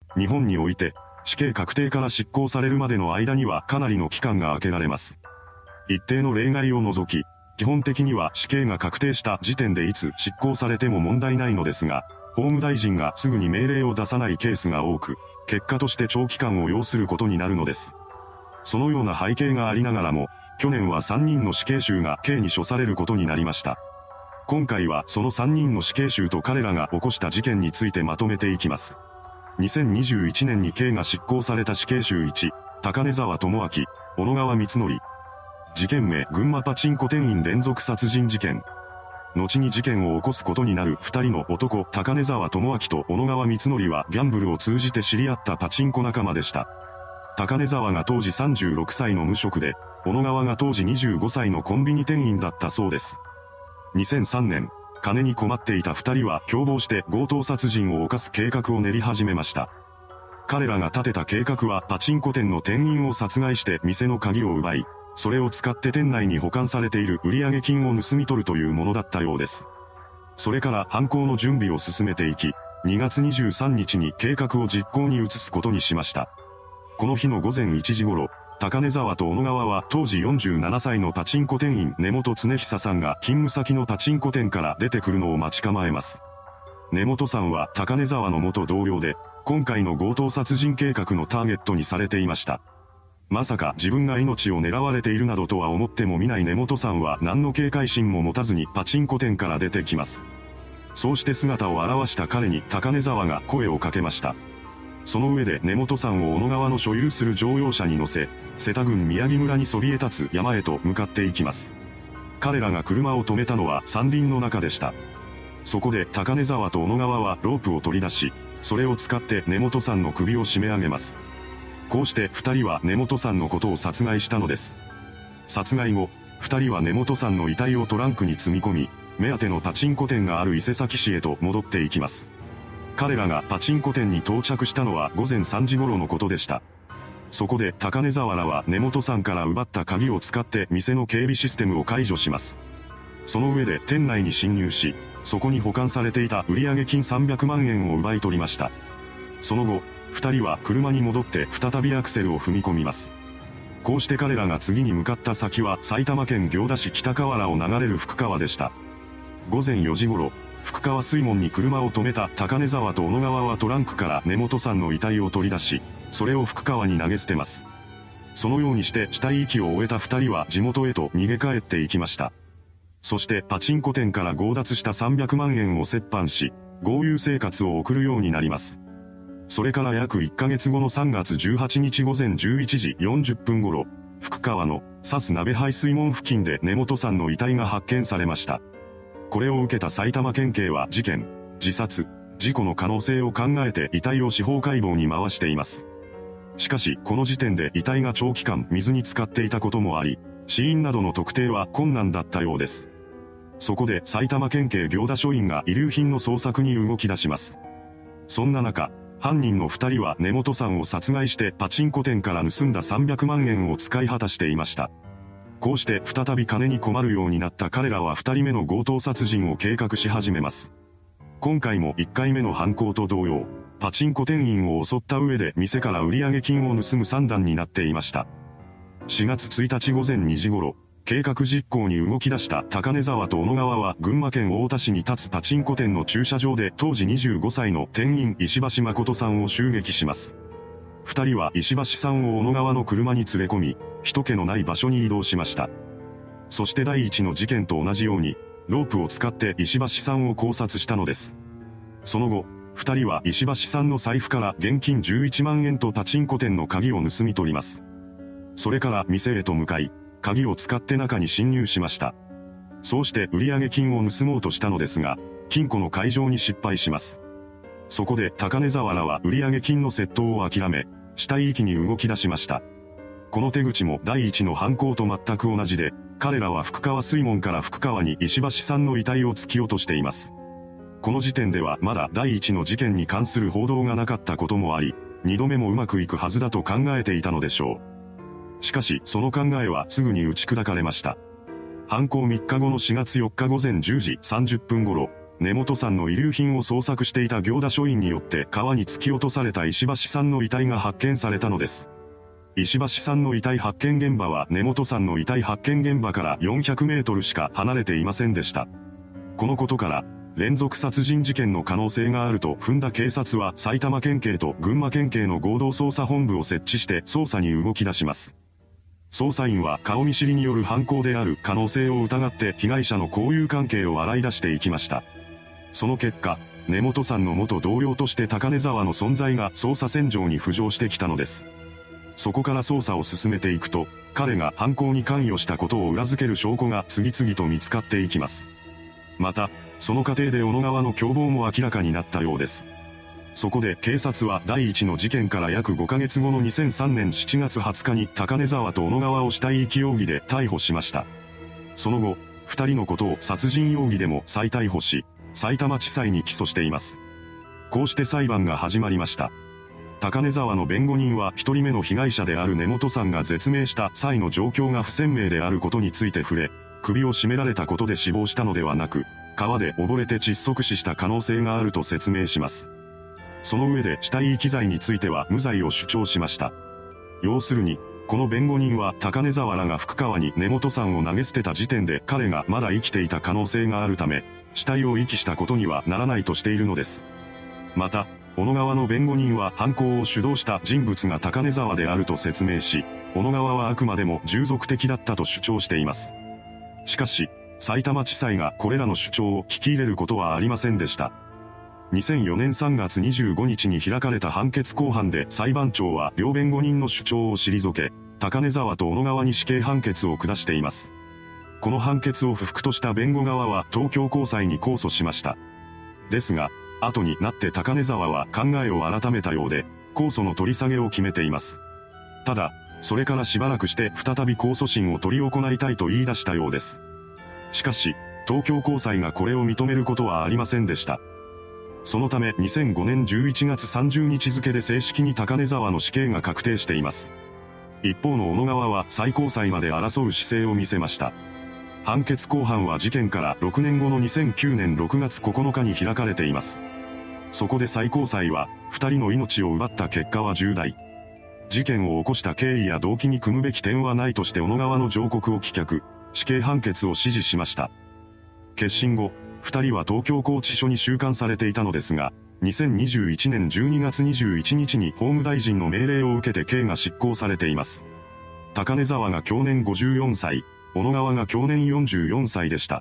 日本において、死刑確定から執行されるまでの間にはかなりの期間が空けられます。一定の例外を除き、基本的には死刑が確定した時点でいつ執行されても問題ないのですが、法務大臣がすぐに命令を出さないケースが多く、結果として長期間を要することになるのです。そのような背景がありながらも、去年は3人の死刑囚が刑に処されることになりました。今回はその3人の死刑囚と彼らが起こした事件についてまとめていきます。2021年に刑が執行された死刑囚1、高根沢智明、小野川光則。事件名群馬パチンコ店員連続殺人事件。後に事件を起こすことになる2人の男、高根沢智明と小野川光則はギャンブルを通じて知り合ったパチンコ仲間でした。高根沢が当時36歳の無職で、小野川が当時25歳のコンビニ店員だったそうです。2003年、金に困っていた2人は共謀して強盗殺人を犯す計画を練り始めました。彼らが立てた計画はパチンコ店の店員を殺害して店の鍵を奪い、それを使って店内に保管されている売上金を盗み取るというものだったようです。それから犯行の準備を進めていき、2月23日に計画を実行に移すことにしました。この日の午前1時頃、高根沢と小野川は当時47歳のパチンコ店員根本恒久さんが勤務先のパチンコ店から出てくるのを待ち構えます。根本さんは高根沢の元同僚で、今回の強盗殺人計画のターゲットにされていました。まさか自分が命を狙われているなどとは思ってもみない根本さんは何の警戒心も持たずにパチンコ店から出てきます。そうして姿を現した彼に高根沢が声をかけました。その上で根本さんを小野川の所有する乗用車に乗せ、瀬田郡宮城村にそびえ立つ山へと向かっていきます。彼らが車を止めたのは山林の中でした。そこで高根沢と小野川はロープを取り出し、それを使って根本さんの首を絞め上げます。こうして二人は根本さんのことを殺害したのです。殺害後、二人は根本さんの遺体をトランクに積み込み、目当てのパチンコ店がある伊勢崎市へと戻っていきます。彼らがパチンコ店に到着したのは午前3時頃のことでした。そこで高根沢らは根本さんから奪った鍵を使って店の警備システムを解除します。その上で店内に侵入し、そこに保管されていた売上金300万円を奪い取りました。その後、二人は車に戻って再びアクセルを踏み込みます。こうして彼らが次に向かった先は埼玉県行田市北河原を流れる福川でした。午前4時頃、福川水門に車を止めた高根沢と小野川はトランクから根本さんの遺体を取り出し、それを福川に投げ捨てます。そのようにして死体遺棄を終えた二人は地元へと逃げ帰っていきました。そしてパチンコ店から強奪した300万円を折半し、豪遊生活を送るようになります。それから約1ヶ月後の3月18日午前11時40分頃、福川の刺す鍋排水門付近で根本さんの遺体が発見されました。これを受けた埼玉県警は事件、自殺、事故の可能性を考えて遺体を司法解剖に回しています。しかし、この時点で遺体が長期間水に浸かっていたこともあり、死因などの特定は困難だったようです。そこで埼玉県警行田署員が遺留品の捜索に動き出します。そんな中、犯人の二人は根本さんを殺害してパチンコ店から盗んだ300万円を使い果たしていました。こうして再び金に困るようになった彼らは二人目の強盗殺人を計画し始めます。今回も1回目の犯行と同様、パチンコ店員を襲った上で店から売上金を盗む算段になっていました。4月1日午前2時頃、計画実行に動き出した高根沢と小野川は群馬県太田市に立つパチンコ店の駐車場で当時25歳の店員石橋誠さんを襲撃します。二人は石橋さんを小野川の車に連れ込み、人気のない場所に移動しました。そして第一の事件と同じように、ロープを使って石橋さんを絞殺したのです。その後、二人は石橋さんの財布から現金11万円とパチンコ店の鍵を盗み取ります。それから店へと向かい、鍵を使って中に侵入しました。そうして売上金を盗もうとしたのですが、金庫の開錠に失敗します。そこで高根沢らは売上金の窃盗を諦め、死体遺棄に動き出しました。この手口も第一の犯行と全く同じで、彼らは福川水門から福川に石橋さんの遺体を突き落としています。この時点ではまだ第一の事件に関する報道がなかったこともあり、二度目もうまくいくはずだと考えていたのでしょう。しかし、その考えはすぐに打ち砕かれました。犯行3日後の4月4日午前10時30分頃、 根本さんの遺留品を捜索していた行田署員によって川に突き落とされた石橋さんの遺体が発見されたのです。石橋さんの遺体発見現場は根本さんの遺体発見現場から400メートルしか離れていませんでした。このことから、連続殺人事件の可能性があると踏んだ警察は埼玉県警と群馬県警の合同捜査本部を設置して捜査に動き出します。捜査員は顔見知りによる犯行である可能性を疑って被害者の交友関係を洗い出していきました。その結果、根本さんの元同僚として高根沢の存在が捜査線上に浮上してきたのです。そこから捜査を進めていくと、彼が犯行に関与したことを裏付ける証拠が次々と見つかっていきます。また、その過程で小野川の共謀も明らかになったようです。そこで警察は第一の事件から約5ヶ月後の2003年7月20日に高根沢と小野川を死体遺棄容疑で逮捕しました。その後、二人のことを殺人容疑でも再逮捕し、埼玉地裁に起訴しています。こうして裁判が始まりました。高根沢の弁護人は一人目の被害者である根本さんが絶命した際の状況が不鮮明であることについて触れ、首を絞められたことで死亡したのではなく、川で溺れて窒息死した可能性があると説明します。その上で死体遺棄罪については無罪を主張しました。要するに、この弁護人は高根沢らが福川に根本さんを投げ捨てた時点で彼がまだ生きていた可能性があるため、死体を遺棄したことにはならないとしているのです。また、小野川の弁護人は犯行を主導した人物が高根沢であると説明し、小野川はあくまでも従属的だったと主張しています。しかし、埼玉地裁がこれらの主張を聞き入れることはありませんでした。2004年3月25日に開かれた判決公判で裁判長は両弁護人の主張を退け、高根沢と小野川に死刑判決を下しています。この判決を不服とした弁護側は東京高裁に控訴しました。ですが、後になって高根沢は考えを改めたようで、控訴の取り下げを決めています。ただ、それからしばらくして再び控訴審を執り行いたいと言い出したようです。しかし、東京高裁がこれを認めることはありませんでした。そのため2005年11月30日付で正式に高根沢の死刑が確定しています。一方の小野川は最高裁まで争う姿勢を見せました。判決公判は事件から6年後の2009年6月9日に開かれています。そこで最高裁は、二人の命を奪った結果は重大。事件を起こした経緯や動機に組むべき点はないとして小野川の上告を棄却、死刑判決を支持しました。結審後、二人は東京拘置所に収監されていたのですが、2021年12月21日に法務大臣の命令を受けて刑が執行されています。高根沢が去年54歳、小野川が去年44歳でした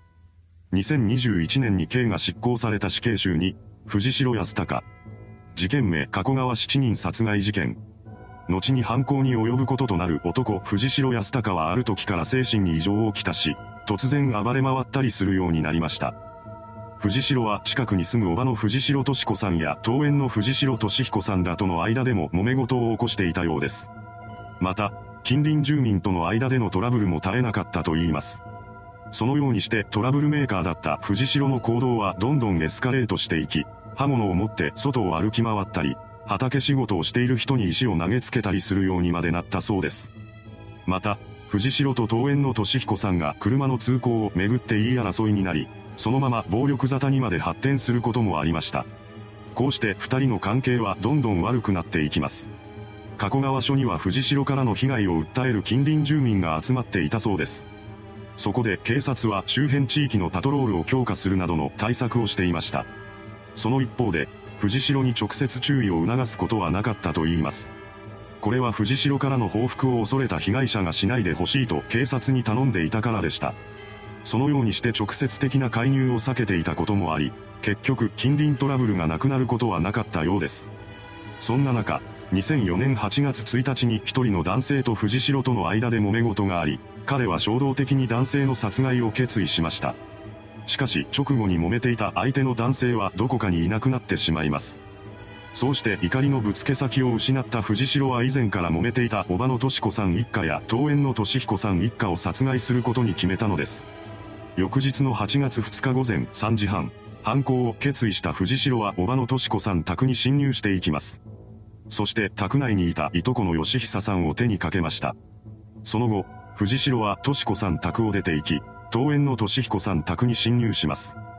。2021年に刑が執行された死刑囚に、藤代康隆。事件名加古川7人殺害事件。後に犯行に及ぶこととなる男藤代康隆はある時から精神に異常をきたし、突然暴れ回ったりするようになりました。藤代は近くに住む叔母の藤代敏子さんや遠縁の藤代敏彦さんらとの間でも揉め事を起こしていたようです。また、近隣住民との間でのトラブルも絶えなかったといいます。そのようにしてトラブルメーカーだった藤代の行動はどんどんエスカレートしていき、刃物を持って外を歩き回ったり、畑仕事をしている人に石を投げつけたりするようにまでなったそうです。また、藤代と遠縁の敏彦さんが車の通行をめぐって言い争いになり、そのまま暴力沙汰にまで発展することもありました。こうして二人の関係はどんどん悪くなっていきます。加古川署には藤代からの被害を訴える近隣住民が集まっていたそうです。そこで警察は周辺地域のパトロールを強化するなどの対策をしていました。その一方で、藤代に直接注意を促すことはなかったと言います。これは藤代からの報復を恐れた被害者がしないでほしいと警察に頼んでいたからでした。そのようにして直接的な介入を避けていたこともあり、結局近隣トラブルがなくなることはなかったようです。そんな中、2004年8月1日に一人の男性と藤代との間で揉め事があり、彼は衝動的に男性の殺害を決意しました。しかし直後に揉めていた相手の男性はどこかにいなくなってしまいます。そうして怒りのぶつけ先を失った藤代は以前から揉めていた叔母の敏子さん一家や遠縁の敏彦さん一家を殺害することに決めたのです。翌日の8月2日午前3時半、犯行を決意した藤代は叔母の敏子さん宅に侵入していきます。そして宅内にいたいとこの義久さんを手にかけました。その後、藤代は敏子さん宅を出て行き、遠縁の敏彦さん宅に侵入します。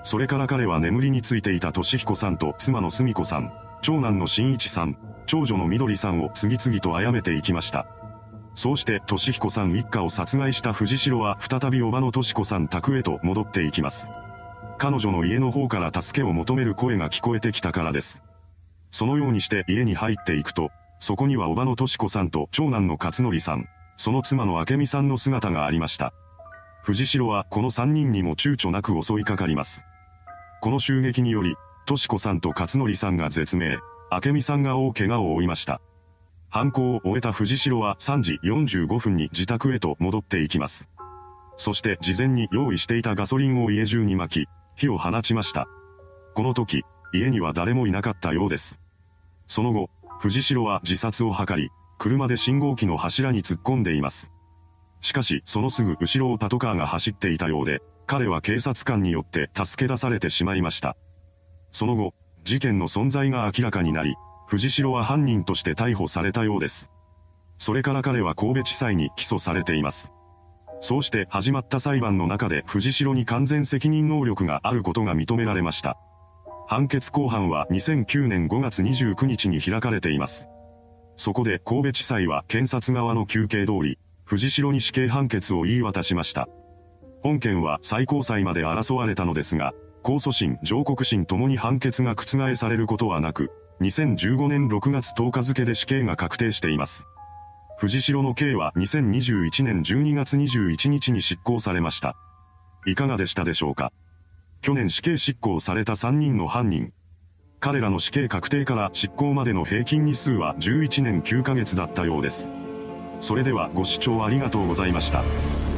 それから彼は眠りについていた俊彦さんと妻の澄子さん、長男の真一さん、長女のみどりさんを次々と殺めていきました。そうして俊彦さん一家を殺害した藤代は再び叔母の敏子さん宅へと戻っていきます。彼女の家の方から助けを求める声が聞こえてきたからです。そのようにして家に入っていくと、そこには叔母の敏子さんと長男の勝則さん、その妻の明美さんの姿がありました。藤代はこの3人にも躊躇なく襲いかかります。この襲撃により、敏子さんと勝則さんが絶命、明美さんが大怪我を負いました。犯行を終えた藤代は3時45分に自宅へと戻っていきます。そして事前に用意していたガソリンを家中に撒き、火を放ちました。この時、家には誰もいなかったようです。その後、藤代は自殺を図り、車で信号機の柱に突っ込んでいます。しかし、そのすぐ後ろをパトカーが走っていたようで、彼は警察官によって助け出されてしまいました。その後、事件の存在が明らかになり、藤代は犯人として逮捕されたようです。それから彼は神戸地裁に起訴されています。そうして始まった裁判の中で藤代に完全責任能力があることが認められました。判決公判は2009年5月29日に開かれています。そこで神戸地裁は検察側の求刑通り、藤代に死刑判決を言い渡しました。本件は最高裁まで争われたのですが、控訴審、上告審ともに判決が覆されることはなく、2015年6月10日付で死刑が確定しています。藤代の刑は2021年12月21日に執行されました。いかがでしたでしょうか。去年死刑執行された3人の犯人。彼らの死刑確定から執行までの平均日数は11年9ヶ月だったようです。それではご視聴ありがとうございました。